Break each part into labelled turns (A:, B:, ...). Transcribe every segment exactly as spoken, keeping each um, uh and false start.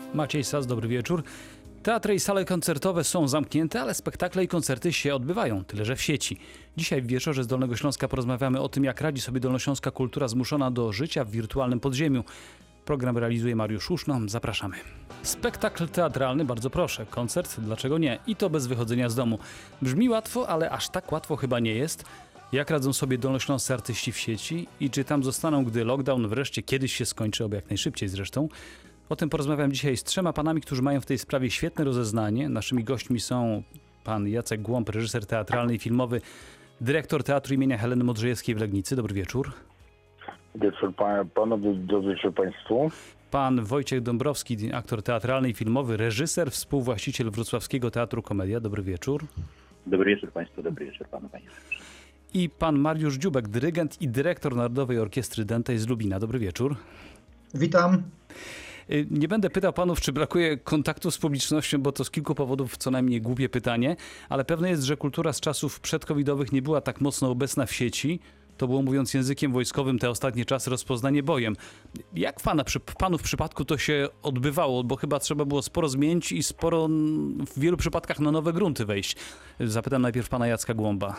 A: Maciej Sas, dobry wieczór. Teatry i sale koncertowe są zamknięte, ale spektakle i koncerty się odbywają, tyle że w sieci. Dzisiaj w Wieczorze z Dolnego Śląska porozmawiamy o tym, jak radzi sobie dolnośląska kultura zmuszona do życia w wirtualnym podziemiu. Program realizuje Mariusz Uszno. Zapraszamy. Spektakl teatralny, bardzo proszę. Koncert, dlaczego nie? I to bez wychodzenia z domu. Brzmi łatwo, ale aż tak łatwo chyba nie jest. Jak radzą sobie dolnośląscy artyści w sieci i czy tam zostaną, gdy lockdown wreszcie kiedyś się skończy, oby jak najszybciej zresztą? O tym porozmawiam dzisiaj z trzema panami, którzy mają w tej sprawie świetne rozeznanie. Naszymi gośćmi są pan Jacek Głąb, reżyser teatralny i filmowy, dyrektor Teatru imienia Heleny Modrzejewskiej w Legnicy. Dobry wieczór.
B: Wieczór panu, dobry wieczór państwu.
A: Pan Wojciech Dąbrowski, aktor teatralny i filmowy, reżyser, współwłaściciel Wrocławskiego Teatru Komedia. Dobry wieczór.
C: Dobry wieczór państwu, dobry wieczór panu, panie.
A: I pan Mariusz Dziubek, dyrygent i dyrektor Narodowej Orkiestry Dętej z Lubina. Dobry wieczór.
D: Witam.
A: Nie będę pytał panów, czy brakuje kontaktu z publicznością, bo to z kilku powodów co najmniej głupie pytanie, ale pewne jest, że kultura z czasów przedcovidowych nie była tak mocno obecna w sieci. To było, mówiąc językiem wojskowym, te ostatnie czasy rozpoznanie bojem. Jak pana, w panu w przypadku to się odbywało? Bo chyba trzeba było sporo zmienić i sporo w wielu przypadkach na nowe grunty wejść. Zapytam najpierw pana Jacka Głąba.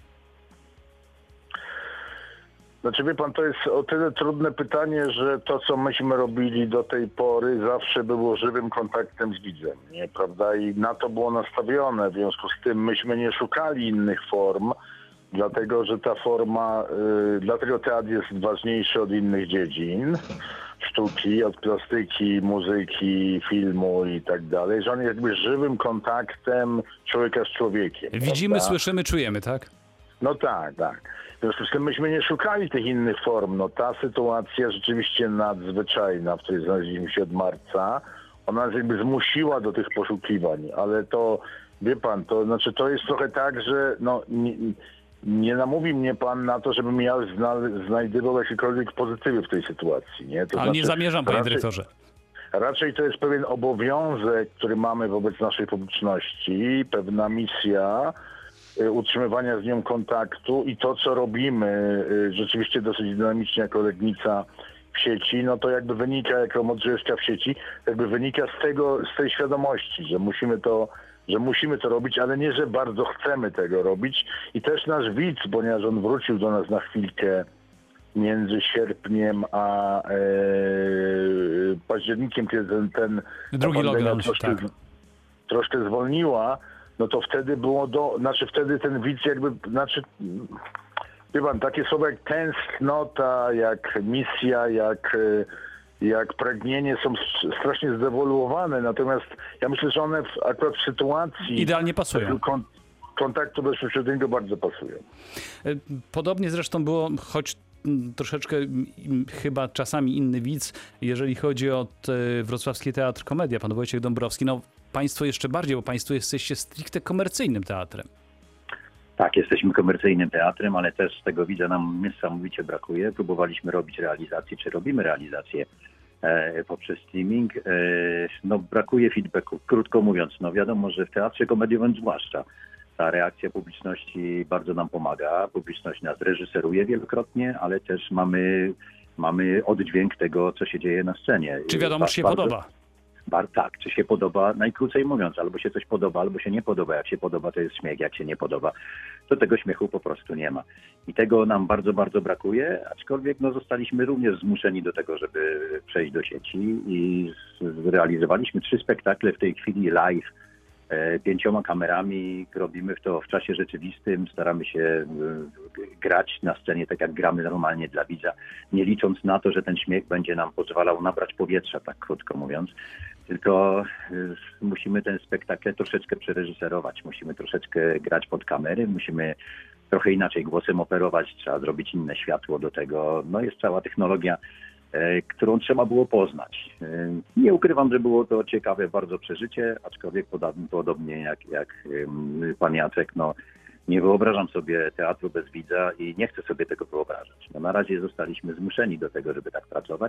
B: Znaczy wie pan, to jest o tyle trudne pytanie, że to, co myśmy robili do tej pory, zawsze było żywym kontaktem z widzem, nie, prawda? I na to było nastawione. W związku z tym myśmy nie szukali innych form, dlatego że ta forma, yy, dlatego teatr jest ważniejszy od innych dziedzin sztuki, od plastyki, muzyki, filmu i tak dalej, że on jest jakby żywym kontaktem człowieka z człowiekiem.
A: Widzimy,
B: prawda?
A: Słyszymy, czujemy, tak?
B: No tak, tak. W związku z tym myśmy nie szukali tych innych form. No ta sytuacja rzeczywiście nadzwyczajna, w której znaleźliśmy się od marca, ona nas jakby zmusiła do tych poszukiwań, ale to, wie pan, to znaczy to jest trochę tak, że no nie, nie namówi mnie pan na to, żebym ja zna, znajdywał jakiekolwiek pozytywy w tej sytuacji, nie? To
A: Ale
B: znaczy,
A: nie zamierzam, panie
B: raczej,
A: dyrektorze.
B: Raczej to jest pewien obowiązek, który mamy wobec naszej publiczności, pewna misja utrzymywania z nią kontaktu i to, co robimy rzeczywiście dosyć dynamicznie jako Legnica w sieci, no to jakby wynika, jako Modrzejewska w sieci, jakby wynika z tego, z tej świadomości, że musimy to, że musimy to robić, ale nie, że bardzo chcemy tego robić. I też nasz widz, ponieważ on wrócił do nas na chwilkę między sierpniem a e, październikiem, kiedy ten, ten
A: drugi lockdown
B: troszkę,
A: tak.
B: troszkę zwolniła, no to wtedy było do, znaczy wtedy ten widz jakby, znaczy, wie pan, takie słowa jak tęsknota, jak misja, jak, jak pragnienie są strasznie zdewoluowane, natomiast ja myślę, że one w, akurat w sytuacji
A: idealnie pasują.
B: Kon, kontaktu bezpośredniego bardzo pasują.
A: Podobnie zresztą było, choć troszeczkę chyba czasami inny widz, jeżeli chodzi o Wrocławski Teatr Komedia, pan Wojciech Dąbrowski. No państwo jeszcze bardziej, bo państwo jesteście stricte komercyjnym teatrem.
C: Tak, jesteśmy komercyjnym teatrem, ale też tego widza nam niesamowicie brakuje. Próbowaliśmy robić realizację, czy robimy realizację e, poprzez streaming. E, no brakuje feedbacku. Krótko mówiąc, no wiadomo, że w teatrze komediowym zwłaszcza ta reakcja publiczności bardzo nam pomaga. Publiczność nas reżyseruje wielokrotnie, ale też mamy, mamy oddźwięk tego, co się dzieje na scenie.
A: Czy wiadomo, czy się bardzo, podoba?
C: Bar, tak, czy się podoba, najkrócej mówiąc, albo się coś podoba, albo się nie podoba. Jak się podoba, to jest śmiech, jak się nie podoba, to tego śmiechu po prostu nie ma. I tego nam bardzo, bardzo brakuje, aczkolwiek no, zostaliśmy również zmuszeni do tego, żeby przejść do sieci i zrealizowaliśmy trzy spektakle w tej chwili live, pięcioma kamerami, robimy to w czasie rzeczywistym, staramy się grać na scenie tak jak gramy normalnie dla widza, nie licząc na to, że ten śmiech będzie nam pozwalał nabrać powietrza, tak krótko mówiąc, tylko musimy ten spektakl troszeczkę przereżyserować, musimy troszeczkę grać pod kamery, musimy trochę inaczej głosem operować, trzeba zrobić inne światło do tego, no jest cała technologia, którą trzeba było poznać. Nie ukrywam, że było to ciekawe bardzo przeżycie, aczkolwiek podobnie jak, jak pan Jacek, no nie wyobrażam sobie teatru bez widza i nie chcę sobie tego wyobrażać. No, na razie zostaliśmy zmuszeni do tego, żeby tak pracować,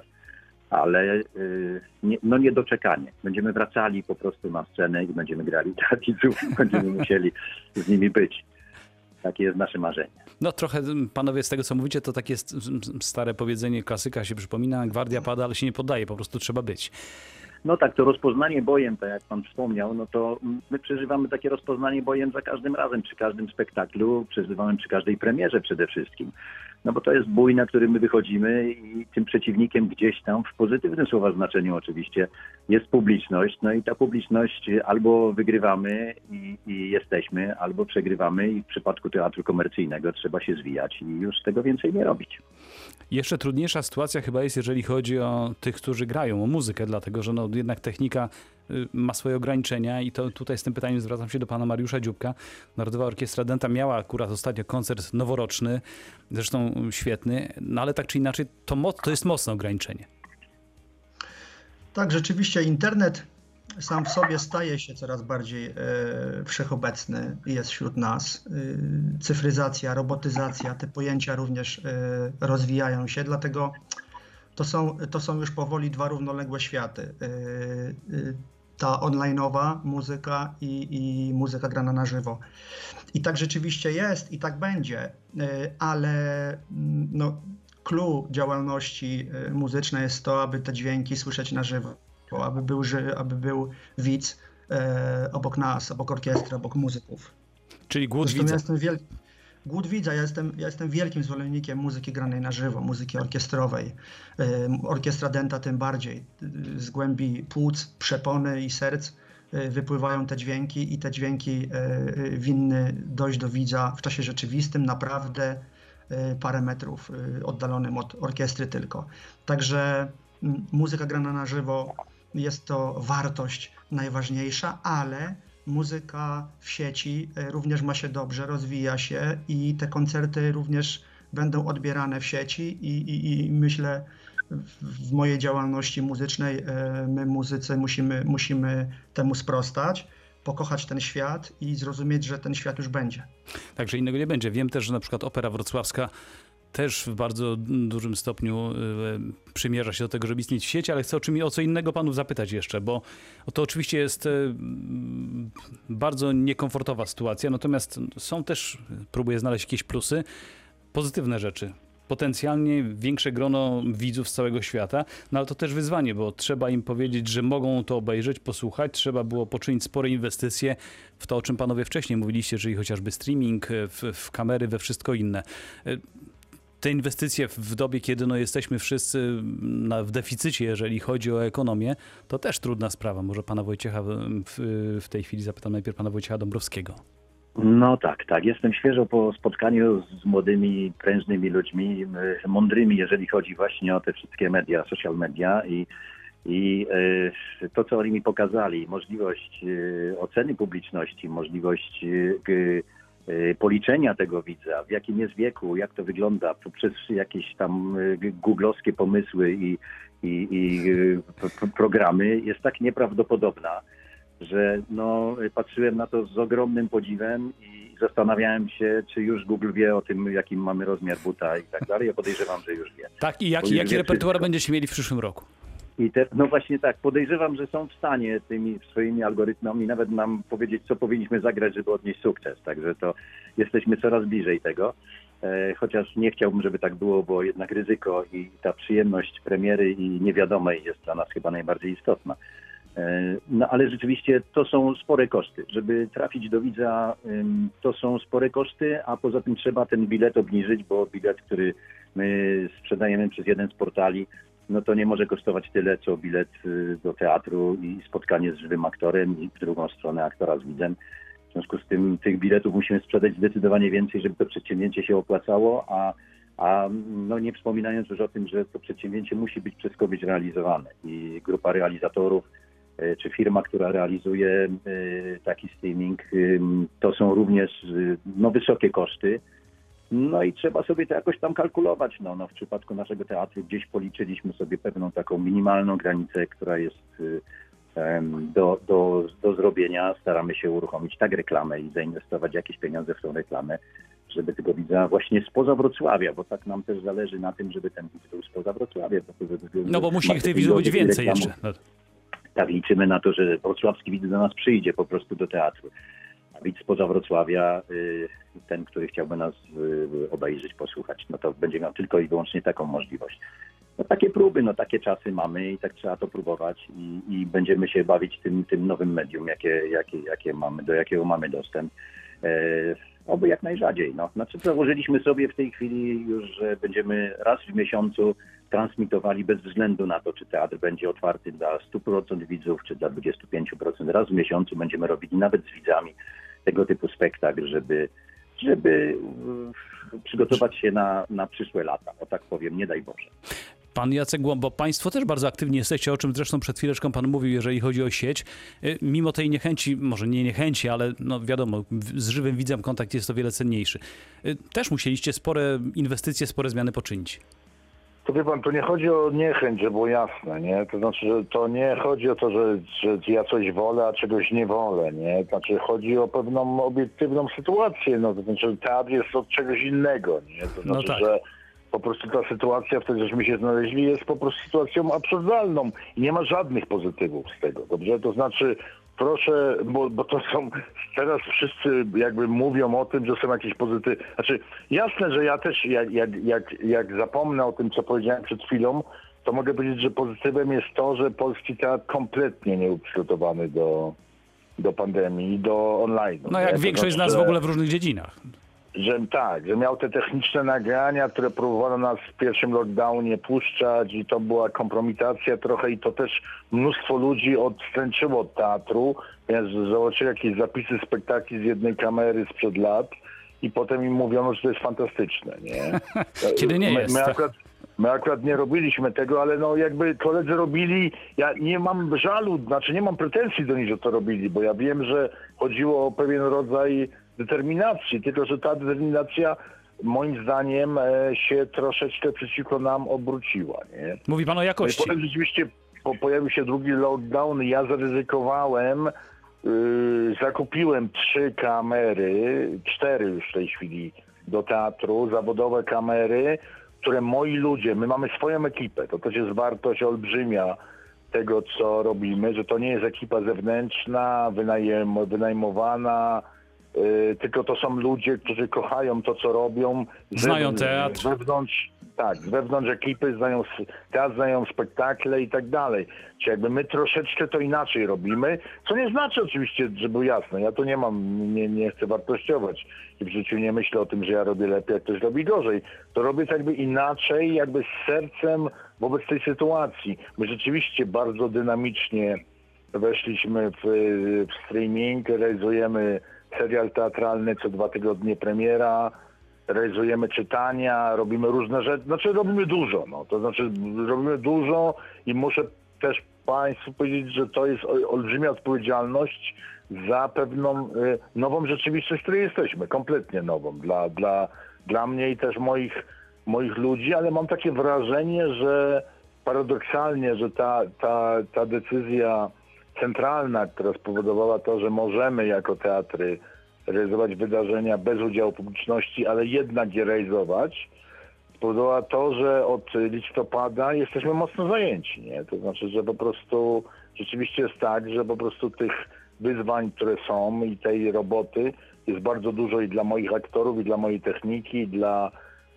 C: ale nie, no niedoczekanie. Będziemy wracali po prostu na scenę i będziemy grali dla widzów, będziemy musieli z nimi być. Takie jest nasze marzenie.
A: No trochę, panowie, z tego co mówicie, to takie stare powiedzenie, klasyka się przypomina, gwardia pada, ale się nie poddaje, po prostu trzeba być.
C: No tak, to rozpoznanie bojem, tak jak pan wspomniał, no to my przeżywamy takie rozpoznanie bojem za każdym razem, przy każdym spektaklu, przeżywamy przy każdej premierze przede wszystkim. No bo to jest bój, na który my wychodzimy i tym przeciwnikiem gdzieś tam, w pozytywnym słowa znaczeniu oczywiście, jest publiczność. No i ta publiczność albo wygrywamy i, i jesteśmy, albo przegrywamy i w przypadku teatru komercyjnego trzeba się zwijać i już tego więcej nie robić.
A: Jeszcze trudniejsza sytuacja chyba jest, jeżeli chodzi o tych, którzy grają, o muzykę, dlatego że no, jednak technika y, ma swoje ograniczenia i to tutaj z tym pytaniem zwracam się do pana Mariusza Dzióbka. Narodowa Orkiestra Dęta miała akurat ostatnio koncert noworoczny, zresztą świetny, no ale tak czy inaczej to, mo- to jest mocne ograniczenie.
D: Tak, rzeczywiście internet sam w sobie staje się coraz bardziej e, wszechobecny i jest wśród nas. E, cyfryzacja, robotyzacja, te pojęcia również e, rozwijają się, dlatego to są, to są już powoli dwa równoległe światy. E, e, ta online'owa muzyka i, i muzyka grana na żywo. I tak rzeczywiście jest i tak będzie, e, ale mm, no, clou działalności e, muzycznej jest to, aby te dźwięki słyszeć na żywo. Aby był, ży- aby był widz e, obok nas, obok orkiestry, obok muzyków.
A: Czyli głód
D: Zresztą
A: widza.
D: ja jestem wiel... Głód widza, ja jestem, ja jestem wielkim zwolennikiem muzyki granej na żywo, muzyki orkiestrowej. E, orkiestra Dęta tym bardziej. E, Z głębi płuc, przepony i serc e, wypływają te dźwięki i te dźwięki e, winny dojść do widza w czasie rzeczywistym, naprawdę e, parę metrów e, oddalonym od orkiestry tylko. Także m, muzyka grana na żywo jest to wartość najważniejsza, ale muzyka w sieci również ma się dobrze, rozwija się i te koncerty również będą odbierane w sieci i, i, i myślę w mojej działalności muzycznej my muzycy musimy, musimy temu sprostać, pokochać ten świat i zrozumieć, że ten świat już będzie.
A: Także innego nie będzie. Wiem też, że na przykład Opera Wrocławska też w bardzo dużym stopniu y, przymierza się do tego, żeby istnieć w sieci, ale chcę o, czym, o co innego panów zapytać jeszcze, bo to oczywiście jest y, bardzo niekomfortowa sytuacja, natomiast są też, próbuję znaleźć jakieś plusy, pozytywne rzeczy. Potencjalnie większe grono widzów z całego świata, no ale to też wyzwanie, bo trzeba im powiedzieć, że mogą to obejrzeć, posłuchać, trzeba było poczynić spore inwestycje w to, o czym panowie wcześniej mówiliście, czyli chociażby streaming, w, w kamery, we wszystko inne. Te inwestycje w dobie, kiedy no jesteśmy wszyscy na, w deficycie, jeżeli chodzi o ekonomię, to też trudna sprawa. Może pana Wojciecha w, w tej chwili zapytam najpierw pana Wojciecha Dąbrowskiego.
C: No tak, tak. Jestem świeżo po spotkaniu z młodymi, prężnymi ludźmi, mądrymi, jeżeli chodzi właśnie o te wszystkie media, social media i, i to, co oni mi pokazali, możliwość oceny publiczności, możliwość policzenia tego widza, w jakim jest wieku, jak to wygląda, poprzez jakieś tam googlowskie pomysły i, i, i programy, jest tak nieprawdopodobna, że no, patrzyłem na to z ogromnym podziwem i zastanawiałem się, czy już Google wie o tym, jakim mamy rozmiar buta i tak dalej. Ja podejrzewam, że już wie.
A: Tak, i jaki, jaki repertuar będziecie mieli w przyszłym roku?
C: I te, no właśnie tak, podejrzewam, że są w stanie tymi swoimi algorytmami nawet nam powiedzieć, co powinniśmy zagrać, żeby odnieść sukces. Także to jesteśmy coraz bliżej tego. E, chociaż nie chciałbym, żeby tak było, bo jednak ryzyko i ta przyjemność premiery i niewiadomej jest dla nas chyba najbardziej istotna. No ale rzeczywiście to są spore koszty. Żeby trafić do widza, to są spore koszty, a poza tym trzeba ten bilet obniżyć, bo bilet, który my sprzedajemy przez jeden z portali, no to nie może kosztować tyle, co bilet do teatru i spotkanie z żywym aktorem i w drugą stronę aktora z widzem. W związku z tym tych biletów musimy sprzedać zdecydowanie więcej, żeby to przedsięwzięcie się opłacało, a A no nie wspominając już o tym, że to przedsięwzięcie musi być przez kogoś realizowane i grupa realizatorów czy firma, która realizuje taki streaming, to są również no, wysokie koszty. No i trzeba sobie to jakoś tam kalkulować. No, no, w przypadku naszego teatru gdzieś policzyliśmy sobie pewną taką minimalną granicę, która jest do, do, do zrobienia. Staramy się uruchomić tak reklamę i zainwestować jakieś pieniądze w tą reklamę, żeby tego widza właśnie spoza Wrocławia, bo tak nam też zależy na tym, żeby ten widz był spoza Wrocławia. Bo to,
A: no bo musi ich tych widzów być więcej jeszcze. No.
C: Tak, liczymy na to, że wrocławski widz do nas przyjdzie po prostu do teatru. A widz spoza Wrocławia, ten, który chciałby nas obejrzeć, posłuchać, no to będzie miał tylko i wyłącznie taką możliwość. no takie próby, no takie czasy mamy i tak trzeba to próbować i, i będziemy się bawić tym, tym nowym medium, jakie, jakie, jakie mamy, do jakiego mamy dostęp. E, oby jak najrzadziej. No. Znaczy założyliśmy sobie w tej chwili już, że będziemy raz w miesiącu transmitowali bez względu na to, czy teatr będzie otwarty dla stu procent widzów, czy dla dwudziestu pięciu procent. Raz w miesiącu będziemy robili nawet z widzami tego typu spektakl, żeby, żeby przygotować się na, na przyszłe lata. O tak powiem, nie daj Boże.
A: Pan Jacek Głąbo, państwo też bardzo aktywni jesteście, o czym zresztą przed chwileczką pan mówił, jeżeli chodzi o sieć. Mimo tej niechęci, może nie niechęci, ale no wiadomo, z żywym widzem kontakt jest o wiele cenniejszy. Też musieliście spore inwestycje, spore zmiany poczynić.
B: To wie pan, to nie chodzi o niechęć, żeby było jasne, nie? To znaczy, że to nie chodzi o to, że, że ja coś wolę, a czegoś nie wolę, nie? To znaczy, chodzi o pewną obiektywną sytuację, no to znaczy, teatr jest od czegoś innego, nie? To znaczy,
A: no tak.
B: że po prostu ta sytuacja, w której żeśmy się znaleźli, jest po prostu sytuacją absurdalną i nie ma żadnych pozytywów z tego, dobrze? To znaczy, proszę, bo, bo to są, teraz wszyscy jakby mówią o tym, że są jakieś pozytywy. Znaczy, jasne, że ja też, jak, jak, jak, jak zapomnę o tym, co powiedziałem przed chwilą, to mogę powiedzieć, że pozytywem jest to, że polski teatr kompletnie nie był przygotowany do, do pandemii i do online.
A: No jak większość z nas w ogóle w różnych dziedzinach.
B: Że tak, że miał te techniczne nagrania, które próbowano nas w pierwszym lockdownie puszczać i to była kompromitacja trochę i to też mnóstwo ludzi odstręczyło od teatru, więc zobaczyli jakieś zapisy spektakli z jednej kamery sprzed lat i potem im mówiono, że to jest fantastyczne, nie?
A: Kiedy nie
B: my,
A: jest.
B: My akurat, my akurat nie robiliśmy tego, ale no jakby koledzy robili, ja nie mam żalu, znaczy nie mam pretensji do nich, że to robili, bo ja wiem, że chodziło o pewien rodzaj determinacji, tylko że ta determinacja moim zdaniem się troszeczkę przeciwko nam obróciła. Nie?
A: Mówi pan o jakości.
B: No i potem rzeczywiście po, pojawił się drugi lockdown i ja zaryzykowałem, yy, zakupiłem trzy kamery, cztery już w tej chwili do teatru, zawodowe kamery, które moi ludzie, my mamy swoją ekipę, to też jest wartość olbrzymia tego, co robimy, że to nie jest ekipa zewnętrzna, wynajem, wynajmowana, Yy, tylko to są ludzie, którzy kochają to, co robią.
A: Znają teatr.
B: Z wewnątrz, tak, z wewnątrz ekipy znają teatr, znają spektakle i tak dalej. Czyli jakby my troszeczkę to inaczej robimy, co nie znaczy oczywiście, żeby było jasne, ja to nie mam, nie, nie chcę wartościować i w życiu nie myślę o tym, że ja robię lepiej, jak ktoś robi gorzej. To robię tak jakby inaczej, jakby z sercem wobec tej sytuacji. My rzeczywiście bardzo dynamicznie weszliśmy w, w streaming, realizujemy serial teatralny, co dwa tygodnie premiera, realizujemy czytania, robimy różne rzeczy, znaczy robimy dużo, no, to znaczy robimy dużo i muszę też Państwu powiedzieć, że to jest olbrzymia odpowiedzialność za pewną y, nową rzeczywistość, w której jesteśmy, kompletnie nową, dla, dla, dla mnie i też moich, moich ludzi, ale mam takie wrażenie, że paradoksalnie, że ta, ta, ta decyzja centralna, która spowodowała to, że możemy jako teatry realizować wydarzenia bez udziału publiczności, ale jednak je realizować, spowodowała to, że od listopada jesteśmy mocno zajęci, nie? To znaczy, że po prostu rzeczywiście jest tak, że po prostu tych wyzwań, które są i tej roboty jest bardzo dużo i dla moich aktorów, i dla mojej techniki, i dla,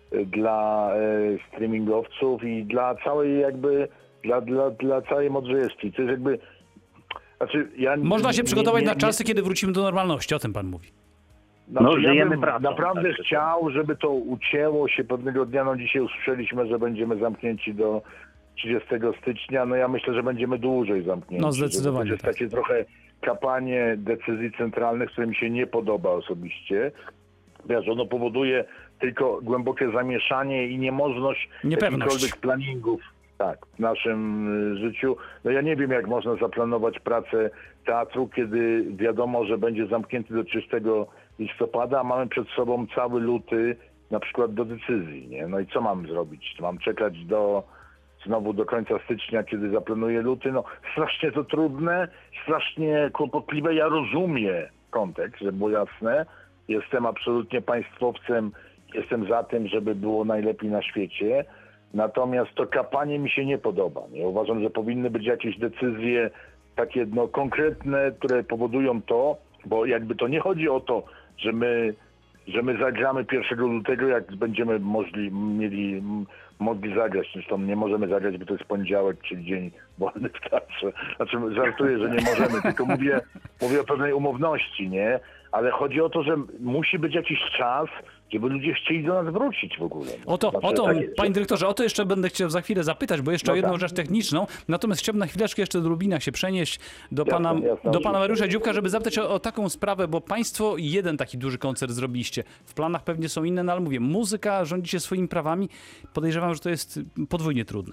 B: dla e, streamingowców, i dla całej jakby, dla, dla, dla całej Modrzejewskiej. To jest jakby Znaczy, ja
A: Można się
B: nie,
A: przygotować
B: nie,
A: na
B: nie,
A: czasy, kiedy wrócimy do normalności. O tym pan mówi.
B: Znaczy,
C: No,
B: ja
C: żyjemy
B: bym
C: pracą,
B: naprawdę
C: tak,
B: chciał, żeby to ucięło się pewnego dnia. No dzisiaj usłyszeliśmy, że będziemy zamknięci do trzydziestego stycznia. No ja myślę, że będziemy dłużej zamknięci.
A: No zdecydowanie.
B: To jest
A: tak.
B: takie trochę kapanie decyzji centralnych, które mi się nie podoba osobiście. Wiesz, ono powoduje tylko głębokie zamieszanie i niemożność
A: Niepewność.
B: jakichkolwiek planningów. Tak, w naszym y, życiu. No ja nie wiem, jak można zaplanować pracę teatru, kiedy wiadomo, że będzie zamknięty do trzydziestego listopada, a mamy przed sobą cały luty na przykład do decyzji, nie? No i co mam zrobić? Mam czekać do znowu do końca stycznia, kiedy zaplanuję luty? No strasznie to trudne, strasznie kłopotliwe. Ja rozumiem kontekst, żeby było jasne. Jestem absolutnie państwowcem, jestem za tym, żeby było najlepiej na świecie. Natomiast to kapanie mi się nie podoba. Nie? Uważam, że powinny być jakieś decyzje takie no, konkretne, które powodują to, bo jakby to nie chodzi o to, że my, że my zagramy pierwszego lutego, jak będziemy możli, mieli, mogli zagrać. Zresztą nie możemy zagrać, bo to jest poniedziałek, czyli dzień wolny w teatrze. Znaczy żartuję, że nie możemy, tylko mówię, mówię o pewnej umowności, nie? Ale chodzi o to, że musi być jakiś czas, żeby ludzie chcieli do nas wrócić w ogóle.
A: O to,
B: Znaczy,
A: o to
B: tak jest,
A: panie
B: że-
A: dyrektorze, o to jeszcze będę chciał za chwilę zapytać, bo jeszcze
B: No
A: o jedną
B: tak.
A: rzecz techniczną. Natomiast chciałbym na chwileczkę jeszcze do Lubina się przenieść do
B: Jasne,
A: pana,
B: jasne,
A: do
B: oczywiście.
A: pana Mariusza Dzióbka, żeby zapytać o, o taką sprawę, bo państwo jeden taki duży koncert zrobiliście. W planach pewnie są inne, no ale mówię, muzyka, rządzicie swoimi prawami. Podejrzewam, że to jest podwójnie trudne.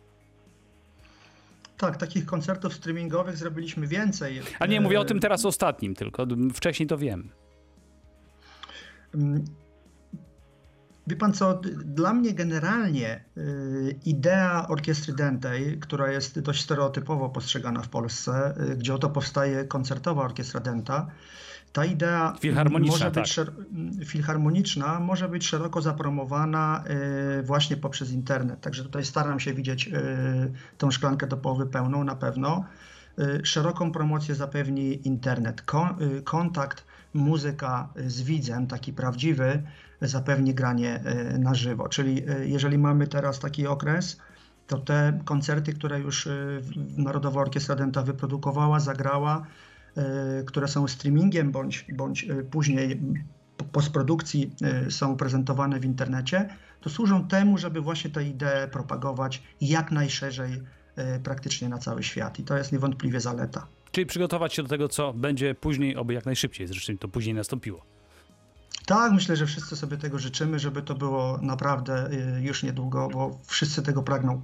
D: Tak, takich koncertów streamingowych zrobiliśmy więcej.
A: A nie, mówię o
D: E,
A: tym teraz ostatnim tylko. Wcześniej to wiem.
D: Mm, Wie pan co, d- dla mnie generalnie y, idea orkiestry dętej, która jest dość stereotypowo postrzegana w Polsce, y, gdzie oto powstaje koncertowa orkiestra dęta, ta idea
A: Filharmoniczna,
D: może
A: tak.
D: być szer- m, filharmoniczna, może być szeroko zapromowana y, właśnie poprzez internet. Także tutaj staram się widzieć y, tą szklankę do połowy pełną na pewno. Y, Szeroką promocję zapewni internet. Kon- y, kontakt muzyka z widzem, taki prawdziwy, zapewni granie y, na żywo. Czyli y, jeżeli mamy teraz taki okres, to te koncerty, które już y, w- Narodowa Orkiestra Dęta wyprodukowała, zagrała, y, które są streamingiem bądź, bądź y, później m, po postprodukcji y, są prezentowane w internecie, to służą temu, żeby właśnie tę ideę propagować jak najszerzej, y, praktycznie na cały świat. I to jest niewątpliwie zaleta.
A: Czyli przygotować się do tego, co będzie później, oby jak najszybciej, zresztą to później nastąpiło.
D: Tak, myślę, że wszyscy sobie tego życzymy, żeby to było naprawdę y, już niedługo, bo wszyscy tego pragną.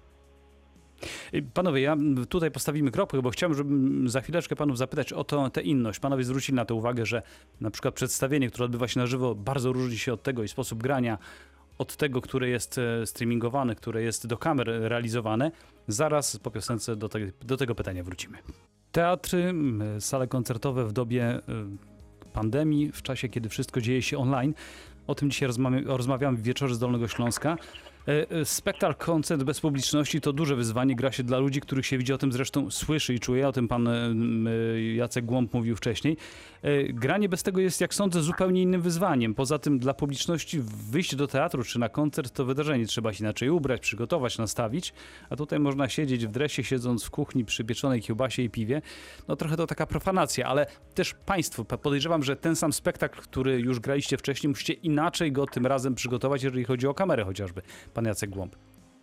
A: Panowie, ja tutaj postawimy kropkę, bo chciałem, żeby za chwileczkę panów zapytać o to, tę inność. Panowie zwrócili na to uwagę, że na przykład przedstawienie, które odbywa się na żywo, bardzo różni się od tego i sposób grania od tego, które jest e, streamingowane, które jest do kamer realizowane. Zaraz po piosence do, te, do tego pytania wrócimy. Teatry, m, sale koncertowe w dobie e, pandemii, w czasie, kiedy wszystko dzieje się online. O tym dzisiaj rozmawiamy, rozmawiamy w Wieczorze z Dolnego Śląska. E, e, Spektakl, koncert bez publiczności to duże wyzwanie. Gra się dla ludzi, których się widzi, o tym zresztą słyszy i czuje. O tym pan e, m, e, Jacek Głąb mówił wcześniej. E, Granie bez tego jest, jak sądzę, zupełnie innym wyzwaniem. Poza tym dla publiczności wyjście do teatru czy na koncert to wydarzenie. Trzeba się inaczej ubrać, przygotować, nastawić. A tutaj można siedzieć w dresie, siedząc w kuchni przy pieczonej kiełbasie i piwie. No trochę to taka profanacja, ale też państwo, po- podejrzewam, że ten sam spektakl, który już graliście wcześniej, musicie inaczej go tym razem przygotować, jeżeli chodzi o kamerę chociażby. Pan Jacek Głąb.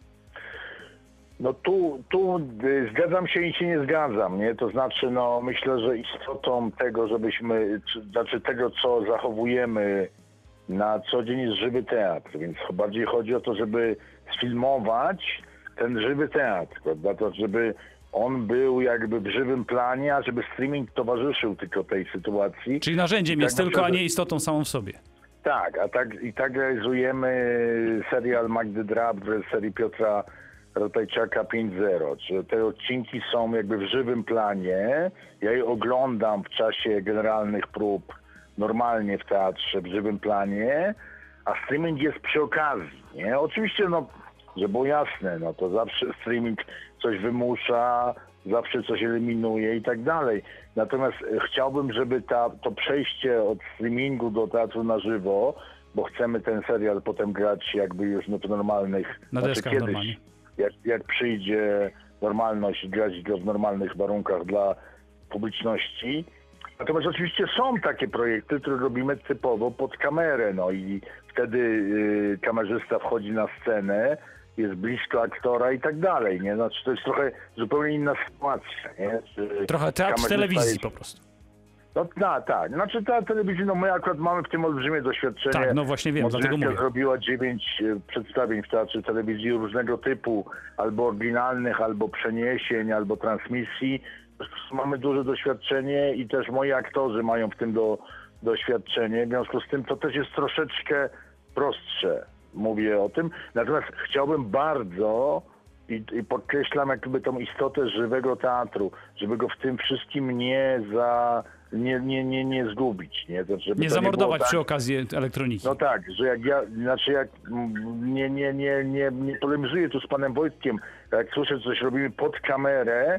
B: No tu, tu y, zgadzam się i się nie zgadzam, nie? To znaczy, no myślę, że istotą tego, żebyśmy, czy, znaczy tego, co zachowujemy na co dzień jest żywy teatr, więc bardziej chodzi o to, żeby sfilmować ten żywy teatr, prawda? To, żeby on był jakby w żywym planie, a żeby streaming towarzyszył tylko tej sytuacji.
A: Czyli narzędziem
B: Tak
A: jest tylko, a
B: naprawdę-
A: nie istotą samą w sobie.
B: Tak, a tak i tak realizujemy serial Magdy Drab w serii Piotra Rotajczaka pięć zero. Czy te odcinki są jakby w żywym planie. Ja je oglądam w czasie generalnych prób normalnie w teatrze, w żywym planie, a streaming jest przy okazji, nie? Oczywiście, no, żeby było jasne, no to zawsze streaming coś wymusza, zawsze coś eliminuje i tak dalej. Natomiast e, chciałbym, żeby ta, to przejście od streamingu do teatru na żywo, bo chcemy ten serial potem grać jakby już no, w normalnych...
A: Na deskach normalnie.
B: Jak, jak przyjdzie normalność, grać go w normalnych warunkach dla publiczności. Natomiast oczywiście są takie projekty, które robimy typowo pod kamerę, no i wtedy y, kamerzysta wchodzi na scenę, jest blisko aktora i tak dalej, nie? Znaczy to jest trochę zupełnie inna sytuacja, nie? Czy
A: Trochę teatr
B: kamerzysta
A: telewizji
B: jest-
A: po prostu.
B: No tak, tak. Znaczy ta telewizja, no my akurat mamy w tym olbrzymie doświadczenie.
A: Tak, no właśnie wiem, dlatego
B: Modrzewka
A: mówię.
B: zrobiła dziewięć e, przedstawień w teatrze telewizji różnego typu, albo oryginalnych, albo przeniesień, albo transmisji. Mamy duże doświadczenie i też moi aktorzy mają w tym do, doświadczenie. W związku z tym to też jest troszeczkę prostsze. Mówię o tym. Natomiast chciałbym bardzo i, i podkreślam jakby tą istotę żywego teatru, żeby go w tym wszystkim nie za... Nie, nie, nie, nie zgubić, nie? To, żeby
A: Nie
B: to
A: zamordować
B: było tak,
A: przy okazji elektroniki.
B: no tak, że jak ja, znaczy jak mm, nie, nie, nie, nie, nie polemizuję tu z panem Wojtkiem, jak słyszę, że coś robimy pod kamerę,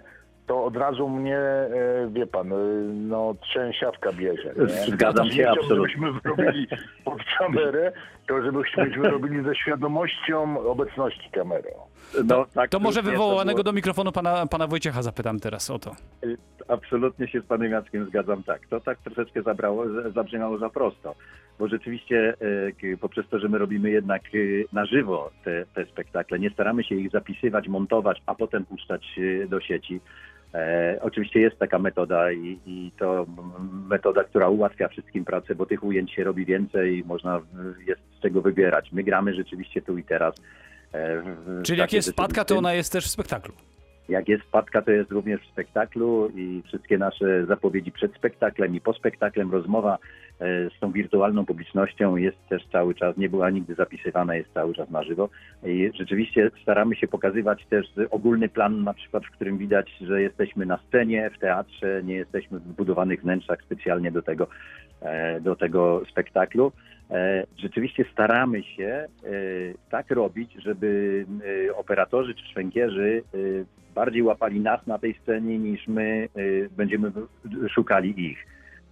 B: to od razu mnie, e, wie pan, e, no trzęsiawka bierze. Nie?
C: Zgadzam się,
B: Nie chciałbym,
C: absolutnie.
B: żebyśmy robili pod kamerę, to żebyśmy robili ze świadomością obecności kamery.
C: No, tak,
A: To może
C: nie,
A: wywołanego
C: było-
A: do mikrofonu pana, pana Wojciecha zapytam teraz o to.
C: Absolutnie się z panem Jackiem zgadzam, tak. To tak troszeczkę zabrało, zabrzmiało za prosto, bo rzeczywiście e, k- poprzez to, że my robimy jednak e, na żywo te, te spektakle, nie staramy się ich zapisywać, montować, a potem puszczać e, do sieci. E, oczywiście jest taka metoda i, i to m, metoda, która ułatwia wszystkim pracę, bo tych ujęć się robi więcej i można, w- jest z czego wybierać. My gramy rzeczywiście tu i teraz. e, w- w
A: Czyli jak
C: czasie
A: jest wpadka, to
C: rzeczywistym.
A: ona jest też w spektaklu.
C: Jak jest wpadka, to jest również w spektaklu i wszystkie nasze zapowiedzi przed spektaklem i po spektaklem, rozmowa e, z tą wirtualną publicznością jest też cały czas, nie była nigdy zapisywana, jest cały czas na żywo. I rzeczywiście staramy się pokazywać też ogólny plan, na przykład, w którym widać, że jesteśmy na scenie, w teatrze, nie jesteśmy w budowanych wnętrzach specjalnie do tego, e, do tego spektaklu. E, Rzeczywiście staramy się e, tak robić, żeby e, operatorzy czy szwękierzy e, bardziej łapali nas na tej scenie, niż my e, będziemy w- szukali ich.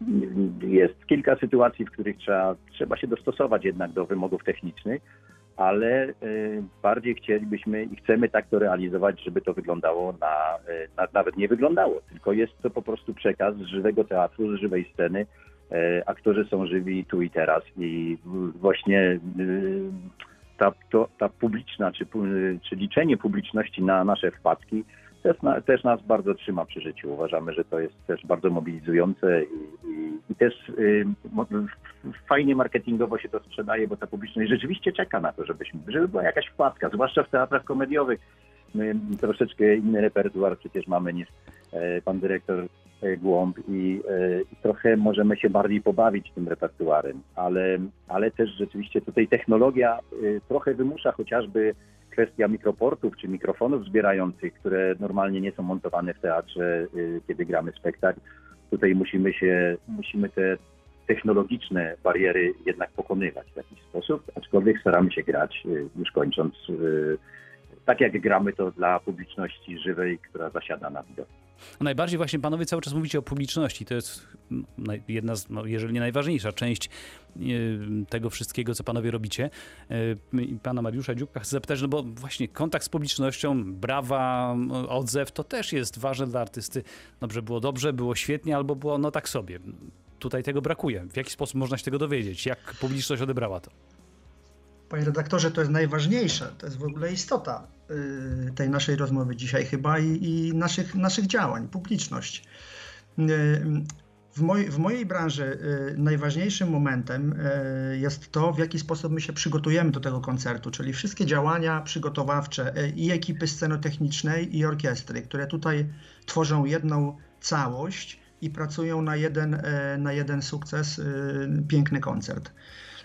C: Jest kilka sytuacji, w których trzeba, trzeba się dostosować jednak do wymogów technicznych, ale e, bardziej chcielibyśmy i chcemy tak to realizować, żeby to wyglądało na, e, na nawet nie wyglądało, tylko jest to po prostu przekaz z żywego teatru, z żywej sceny. E, Aktorzy są żywi tu i teraz i mm, właśnie y, ta, to, ta publiczna, czy, pu- czy liczenie publiczności na nasze wpadki też, na, też nas bardzo trzyma przy życiu. Uważamy, że to jest też bardzo mobilizujące i, i, i też y, mo- fajnie marketingowo się to sprzedaje, bo ta publiczność rzeczywiście czeka na to, żebyśmy, żeby była jakaś wpadka, zwłaszcza w teatrach komediowych. My troszeczkę inny repertuar przecież mamy niż e, pan dyrektor e, Głąb i, e, i trochę możemy się bardziej pobawić tym repertuarem, ale, ale też rzeczywiście tutaj technologia e, trochę wymusza chociażby kwestia mikroportów czy mikrofonów zbierających, które normalnie nie są montowane w teatrze, e, kiedy gramy spektakl. Tutaj musimy się, musimy te technologiczne bariery jednak pokonywać w jakiś sposób, aczkolwiek staramy się grać, e, już kończąc, e, tak jak gramy to dla publiczności żywej, która zasiada na widok.
A: Najbardziej właśnie panowie cały czas mówicie o publiczności. To jest mm, naj- jedna z, no, jeżeli nie najważniejsza część yy, tego wszystkiego, co panowie robicie. Yy, I pana Mariusza Dziubka chcę zapytać, no bo właśnie kontakt z publicznością, brawa, m, odzew, to też jest ważne dla artysty. Dobrze było dobrze, było świetnie, albo było no tak sobie. Tutaj tego brakuje. W jaki sposób można się tego dowiedzieć? Jak publiczność odebrała to?
D: Panie redaktorze, to jest najważniejsze, to jest w ogóle istota y, tej naszej rozmowy dzisiaj chyba i, i naszych, naszych działań, publiczność. Y, W, moj, w mojej branży y, najważniejszym momentem y, jest to, w jaki sposób my się przygotujemy do tego koncertu, czyli wszystkie działania przygotowawcze y, i ekipy scenotechnicznej i orkiestry, które tutaj tworzą jedną całość i pracują na jeden, y, na jeden sukces, y, piękny koncert.